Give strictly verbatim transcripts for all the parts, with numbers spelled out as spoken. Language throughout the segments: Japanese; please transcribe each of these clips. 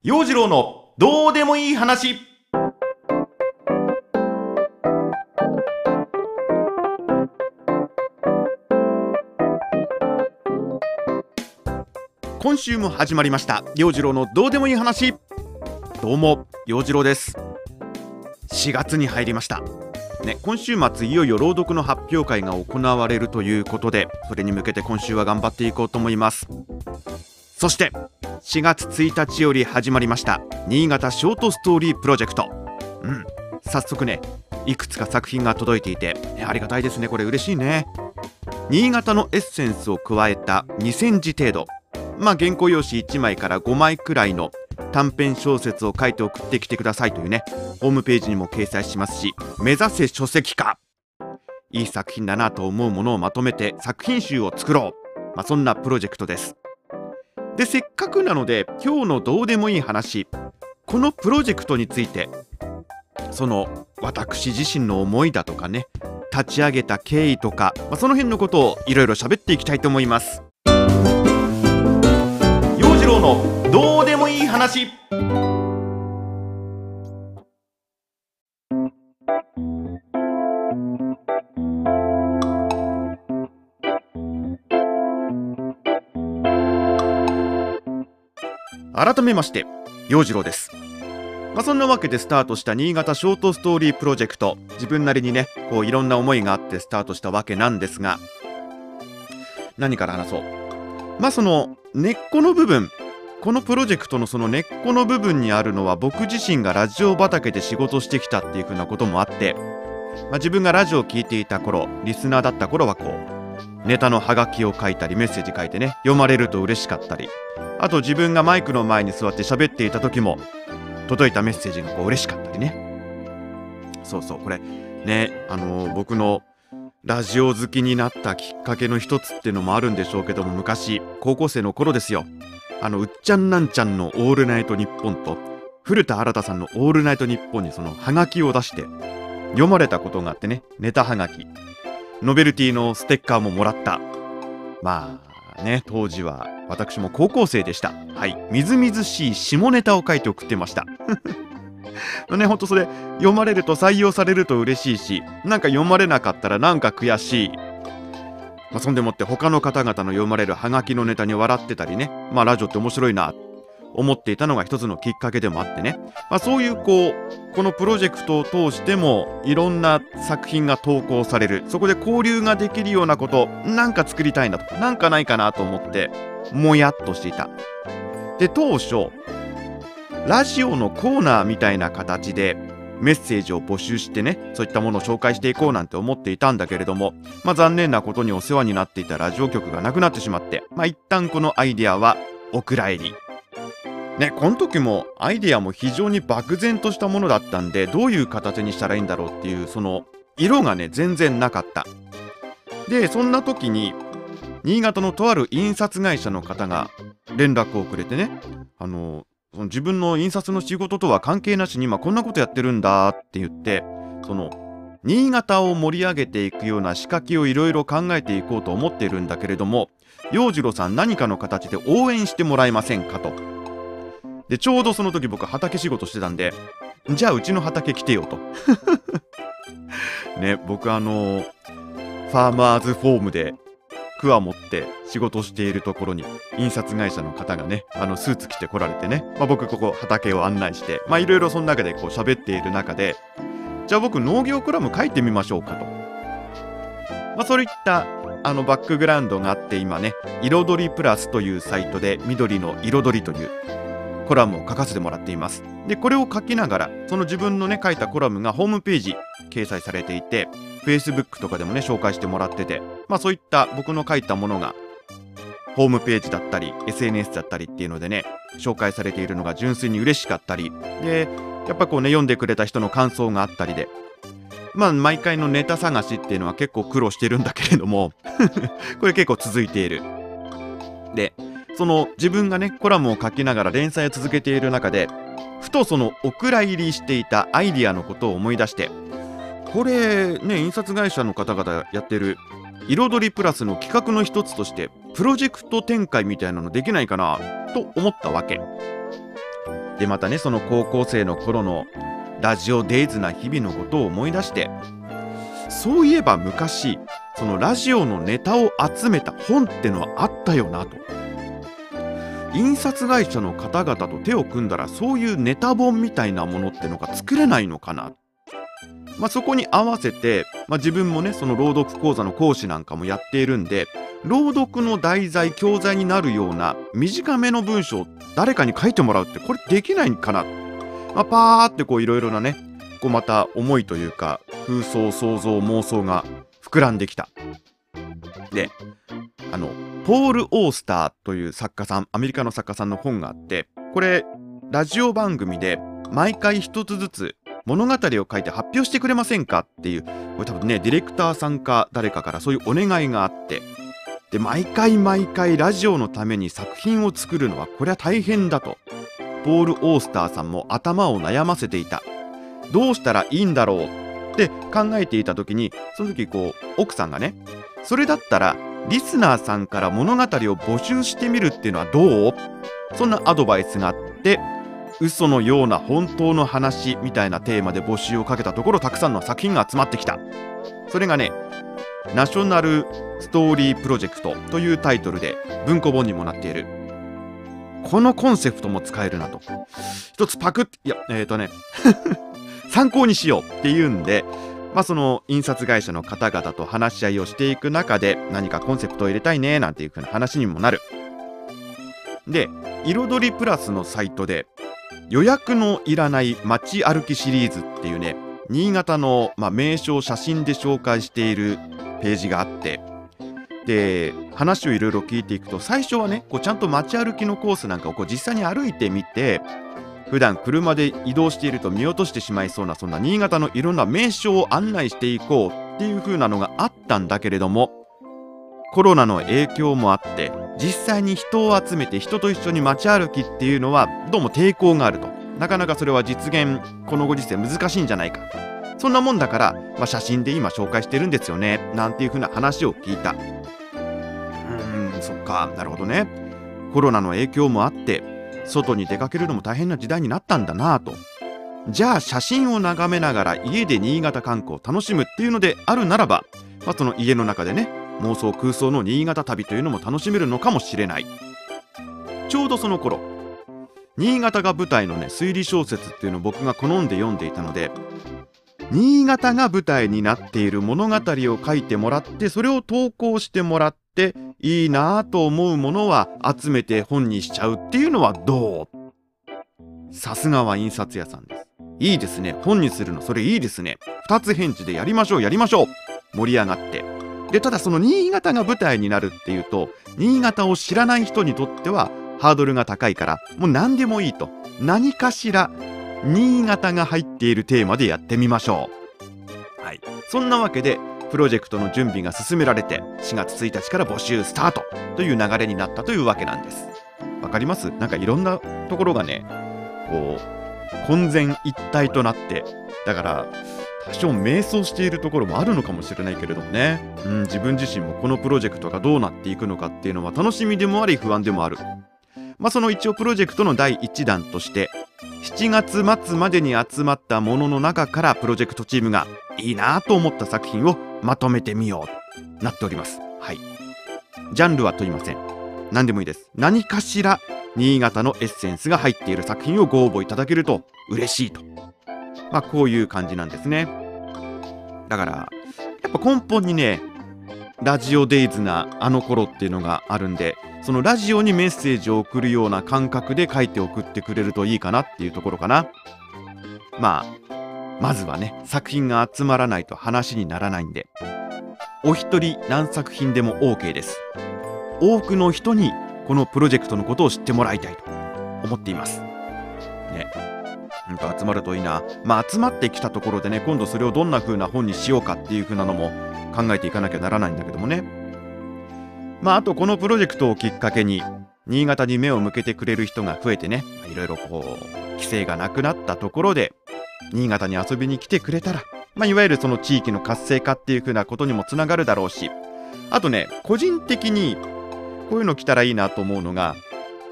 陽次郎のどうでもいい話。今週も始まりました陽次郎のどうでもいい話。どうも陽次郎です。しがつに入りましたね。今週末いよいよ朗読の発表会が行われるということで、それに向けて今週は頑張っていこうと思います。そしてしがつついたちより始まりました新潟ショートストーリープロジェクト。うん、早速ね、いくつか作品が届いていて、ありがたいですね。これ嬉しいね。新潟のエッセンスを加えたにせんじ程度、まあ原稿用紙いちまいからごまいくらいの短編小説を書いて送ってきてくださいというね、ホームページにも掲載しますし、目指せ書籍化、いい作品だなと思うものをまとめて作品集を作ろう、まあ、そんなプロジェクトです。で、せっかくなので今日のどうでもいい話、このプロジェクトについて、その私自身の思いだとかね、立ち上げた経緯とか、まあ、その辺のことをいろいろ喋っていきたいと思います。陽次郎のどうでもいい話。改めまして陽次郎です。まあ、そんなわけでスタートした新潟ショートストーリープロジェクト、自分なりにね、こういろんな思いがあってスタートしたわけなんですが、何から話そう。まあその根っこの部分、このプロジェクトのその根っこの部分にあるのは、僕自身がラジオ畑で仕事してきたっていう風なこともあって、まあ、自分がラジオを聞いていた頃、リスナーだった頃はこうネタのハガキを書いたりメッセージ書いてね、読まれると嬉しかったり、あと自分がマイクの前に座って喋っていた時も届いたメッセージがこう嬉しかったりね。そうそう、これね、あのー、僕のラジオ好きになったきっかけの一つっていうのもあるんでしょうけども、昔高校生の頃ですよ。あのうっちゃんなんちゃんのオールナイトニッポンと古田新太さんのオールナイトニッポンにそのハガキを出して読まれたことがあってね、ネタハガキ、ノベルティのステッカーももらった。まあね、当時は私も高校生でした。はい、みずみずしい下ネタを書いて送ってましたね、ほんとそれ読まれると採用されると嬉しいし、なんか読まれなかったらなんか悔しい。まあ、そんでもって他の方々の読まれるハガキのネタに笑ってたりね、まあラジオって面白いな思っていたのが一つのきっかけでもあってね、まあ、そういうこうこのプロジェクトを通してもいろんな作品が投稿される、そこで交流ができるようなこと、なんか作りたいなと、なんかないかなと思ってもやっとしていた。で、当初ラジオのコーナーみたいな形でメッセージを募集してね、そういったものを紹介していこうなんて思っていたんだけれども、まあ残念なことにお世話になっていたラジオ局がなくなってしまって、まあ一旦このアイデアはお蔵入りね。この時もアイデアも非常に漠然としたものだったんで、どういう形にしたらいいんだろうっていうその色がね全然なかった。で、そんな時に新潟のとある印刷会社の方が連絡をくれてね、あのその自分の印刷の仕事とは関係なしに今こんなことやってるんだって言って、その新潟を盛り上げていくような仕掛けをいろいろ考えていこうと思っているんだけれども、陽次郎さん何かの形で応援してもらえませんかと。で、ちょうどその時僕畑仕事してたんで、じゃあうちの畑来てよとね、僕あのファーマーズフォームで桑持って仕事しているところに印刷会社の方がね、あのスーツ着て来られてね、まあ、僕ここ畑を案内して、まあいろいろその中でこう喋っている中で、じゃあ僕農業コラム書いてみましょうかと、まあそういったあのバックグラウンドがあって、今ね彩りプラスというサイトで緑の彩りというコラムを書かせてもらっています。で、これを書きながら、その自分のね書いたコラムがホームページ掲載されていて、 Facebook とかでもね紹介してもらってて、まあそういった僕の書いたものがホームページだったり エスエヌエス だったりっていうのでね紹介されているのが純粋に嬉しかったりで、やっぱこうね読んでくれた人の感想があったりで、まあ毎回のネタ探しっていうのは結構苦労してるんだけれどもこれ結構続いている。で、その自分がねコラムを書きながら連載を続けている中で、ふとそのお蔵入りしていたアイディアのことを思い出して、これね印刷会社の方々やってる彩りプラスの企画の一つとしてプロジェクト展開みたいなのできないかなと思ったわけ。 でまたねその高校生の頃のラジオデイズな日々のことを思い出して、そういえば昔そのラジオのネタを集めた本ってのはあったよなと。印刷会社の方々と手を組んだらそういうネタ本みたいなものってのが作れないのかな。まあ、そこに合わせて、まあ、自分もねその朗読講座の講師なんかもやっているんで、朗読の題材教材になるような短めの文章を誰かに書いてもらうってこれできないかな。まあ、パーってこういろいろなねこうまた思いというか空想想像妄想が膨らんできた。であのポール・オースターという作家さん、アメリカの作家さんの本があって、これラジオ番組で毎回一つずつ物語を書いて発表してくれませんかっていう、これ多分ねディレクターさんか誰かからそういうお願いがあって、で毎回毎回ラジオのために作品を作るのはこれは大変だとポール・オースターさんも頭を悩ませていた。どうしたらいいんだろうって考えていた時に、その時こう奥さんがね、それだったらリスナーさんから物語を募集してみるっていうのはどう？そんなアドバイスがあって、嘘のような本当の話みたいなテーマで募集をかけたところ、たくさんの作品が集まってきた。それがねナショナルストーリープロジェクトというタイトルで文庫本にもなっている。このコンセプトも使えるなと、一つパクッ、いやえっとね参考にしようっていうんで、まあその印刷会社の方々と話し合いをしていく中で、何かコンセプトを入れたいねなんていう風な話にもなる。で彩りプラスのサイトで予約のいらない街歩きシリーズっていうね、新潟の、まあ、名所を写真で紹介しているページがあって、で話をいろいろ聞いていくと、最初はねこうちゃんと街歩きのコースなんかをこう実際に歩いてみて、普段車で移動していると見落としてしまいそうなそんな新潟のいろんな名所を案内していこうっていう風なのがあったんだけれども、コロナの影響もあって実際に人を集めて人と一緒に街歩きっていうのはどうも抵抗があると、なかなかそれは実現このご時世難しいんじゃないか、そんなもんだから、まあ、写真で今紹介してるんですよねなんていう風な話を聞いた。うーんそっか、なるほどね。コロナの影響もあって外に出かけるのも大変な時代になったんだなぁと。じゃあ写真を眺めながら家で新潟観光を楽しむっていうのであるならば、まあ、その家の中でね妄想空想の新潟旅というのも楽しめるのかもしれない。ちょうどその頃新潟が舞台のね推理小説っていうのを僕が好んで読んでいたので、新潟が舞台になっている物語を書いてもらって、それを投稿してもらっていいなぁと思うものは集めて本にしちゃうっていうのはどう？さすがは印刷屋さんです。いいですね、本にするのそれいいですね。二つ返事でやりましょうやりましょう、盛り上がって。でただその新潟が舞台になるっていうと、新潟を知らない人にとってはハードルが高いから、もう何でもいいと、何かしら新潟が入っているテーマでやってみましょう。はい、そんなわけでプロジェクトの準備が進められてしがつついたちから募集スタートという流れになったというわけなんです。わかります？なんかいろんなところがねこう混然一体となって、だから多少迷走しているところもあるのかもしれないけれどもね、うん、自分自身もこのプロジェクトがどうなっていくのかっていうのは楽しみでもあり不安でもある。まあその一応プロジェクトのだいいちだんとしてしちがつまつまでに集まったものの中からプロジェクトチームがいいなと思った作品をまとめてみようとなっております。はい。ジャンルは問いません。何でもいいです。何かしら新潟のエッセンスが入っている作品をご応募いただけると嬉しいと。まあこういう感じなんですね。だからやっぱ根本にねラジオデイズなあの頃っていうのがあるんで、そのラジオにメッセージを送るような感覚で書いて送ってくれるといいかなっていうところかな。まあまずはね作品が集まらないと話にならないんで、お一人何作品でも OK です。多くの人にこのプロジェクトのことを知ってもらいたいと思っていますね。なんか集まるといいな。まあ集まってきたところでね、今度それをどんな風な本にしようかっていう風なのも考えていかなきゃならないんだけどもね。まああとこのプロジェクトをきっかけに新潟に目を向けてくれる人が増えてね、いろいろこう規制がなくなったところで新潟に遊びに来てくれたら、まあいわゆるその地域の活性化っていう風なことにもつながるだろうし、あとね個人的にこういうの来たらいいなと思うのが、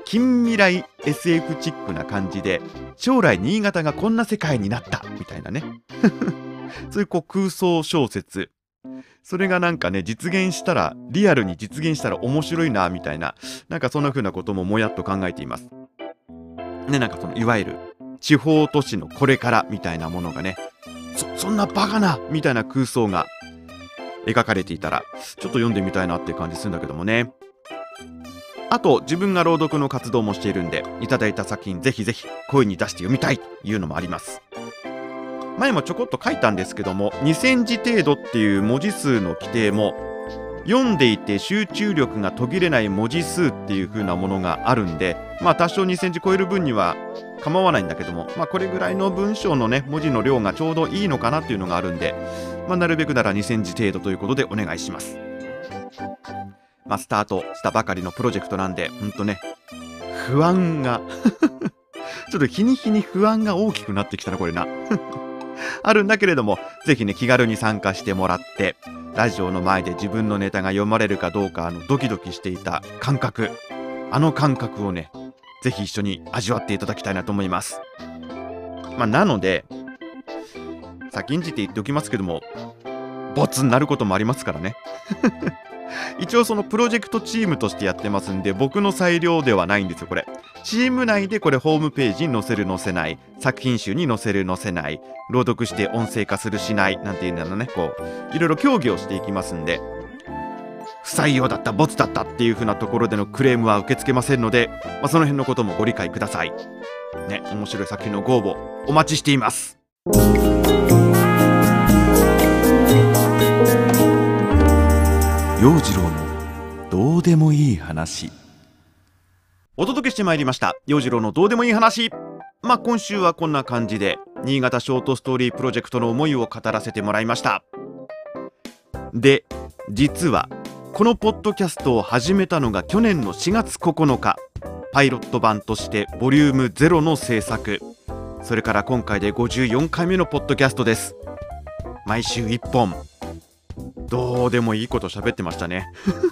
近未来 エスエフ チックな感じで、将来新潟がこんな世界になったみたいなねそういうこう空想小説、それがなんかね実現したら、リアルに実現したら面白いなみたいな、なんかそんな風なことももやっと考えていますね。なんかそのいわゆる地方都市のこれからみたいなものがね、そ, そんなバカなみたいな空想が描かれていたら、ちょっと読んでみたいなっていう感じするんだけどもね。あと自分が朗読の活動もしているんで、いただいた作品ぜひぜひ声に出して読みたいというのもあります。前もちょこっと書いたんですけども、にせんじ程度っていう文字数の規定も、読んでいて集中力が途切れない文字数っていう風なものがあるんで、まあ多少にせんじ超える分には構わないんだけども、まあこれぐらいの文章のね文字の量がちょうどいいのかなっていうのがあるんで、まあなるべくならにせんじ程度ということでお願いします。まあスタートしたばかりのプロジェクトなんで、ほんとね不安がちょっと日に日に不安が大きくなってきたなこれなあるんだけれども、ぜひね気軽に参加してもらって、ラジオの前で自分のネタが読まれるかどうか、あのドキドキしていた感覚、あの感覚をねぜひ一緒に味わっていただきたいなと思います。まあなので先んじて言っておきますけども、ボツになることもありますからね一応そのプロジェクトチームとしてやってますんで、僕の裁量ではないんですよこれ。チーム内でこれホームページに載せる載せない、作品集に載せる載せない、朗読して音声化するしないなんていうのね、こういろいろ協議をしていきますんで、不採用だったボツだったっていう風なところでのクレームは受け付けませんので、まあ、その辺のこともご理解くださいね。面白い作品のご応募お待ちしています。陽次郎のどうでもいい話、お届けしてまいりました陽次郎のどうでもいい話。まあ今週はこんな感じで新潟ショートストーリープロジェクトの思いを語らせてもらいました。で実はこのポッドキャストを始めたのが去年のしがつここのか、パイロット版としてボリュームゼロの制作、それから今回でごじゅうよんかいめのポッドキャストです。毎週いっぽん、どうでもいいこと喋ってましたね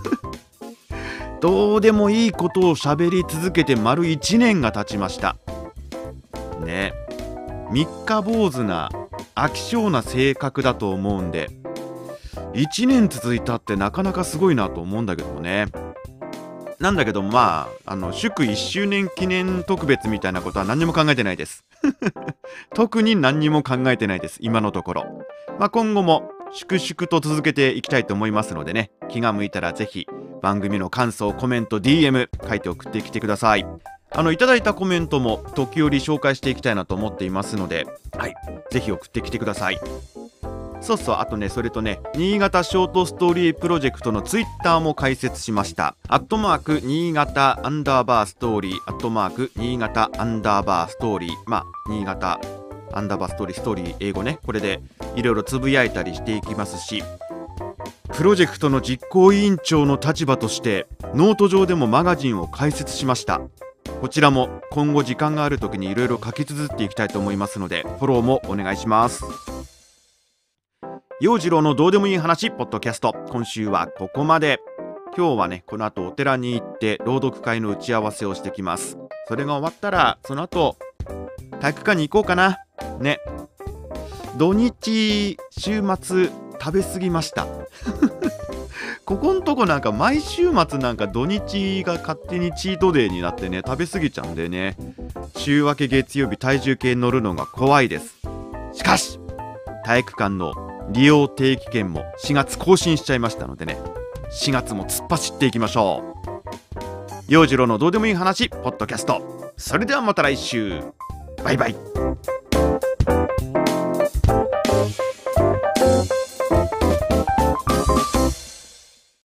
どうでもいいことを喋り続けて丸いちねんが経ちましたね。三日坊主な飽き性な性格だと思うんで、いちねん続いたってなかなかすごいなと思うんだけどもね。なんだけどまああの祝いっしゅうねん記念特別みたいなことは何にも考えてないです特に何にも考えてないです今のところ。まあ今後も粛々と続けていきたいと思いますのでね、気が向いたらぜひ番組の感想、コメント、ディーエム 書いて送ってきてください。あのいただいたコメントも時折紹介していきたいなと思っていますので、はい、ぜひ送ってきてください。そうそう、あとね、それとね、新潟ショートストーリープロジェクトのツイッターも開設しました。アットマーク新潟アンダーバーストーリー、アットマーク新潟アンダーバーストーリー、まあ新潟アンダーバーストーリー、ストーリー英語ね、これでいろいろつぶやいたりしていきますし、プロジェクトの実行委員長の立場としてノート上でもマガジンを開設しました。こちらも今後時間がある時にいろいろ書き綴っていきたいと思いますので、フォローもお願いします。陽次郎のどうでもいい話ポッドキャスト、今週はここまで。今日はねこの後お寺に行って朗読会の打ち合わせをしてきます。それが終わったらその後体育館に行こうかなね。土日週末食べ過ぎましたここんとこなんか毎週末なんか土日が勝手にチートデーになってね、食べ過ぎちゃうんでね、週明け月曜日体重計乗るのが怖いです。しかし体育館の利用定期券もしがつ更新しちゃいましたのでね、しがつも突っ走っていきましょう。陽次郎のどうでもいい話ポッドキャスト、それではまた来週、バイバイ。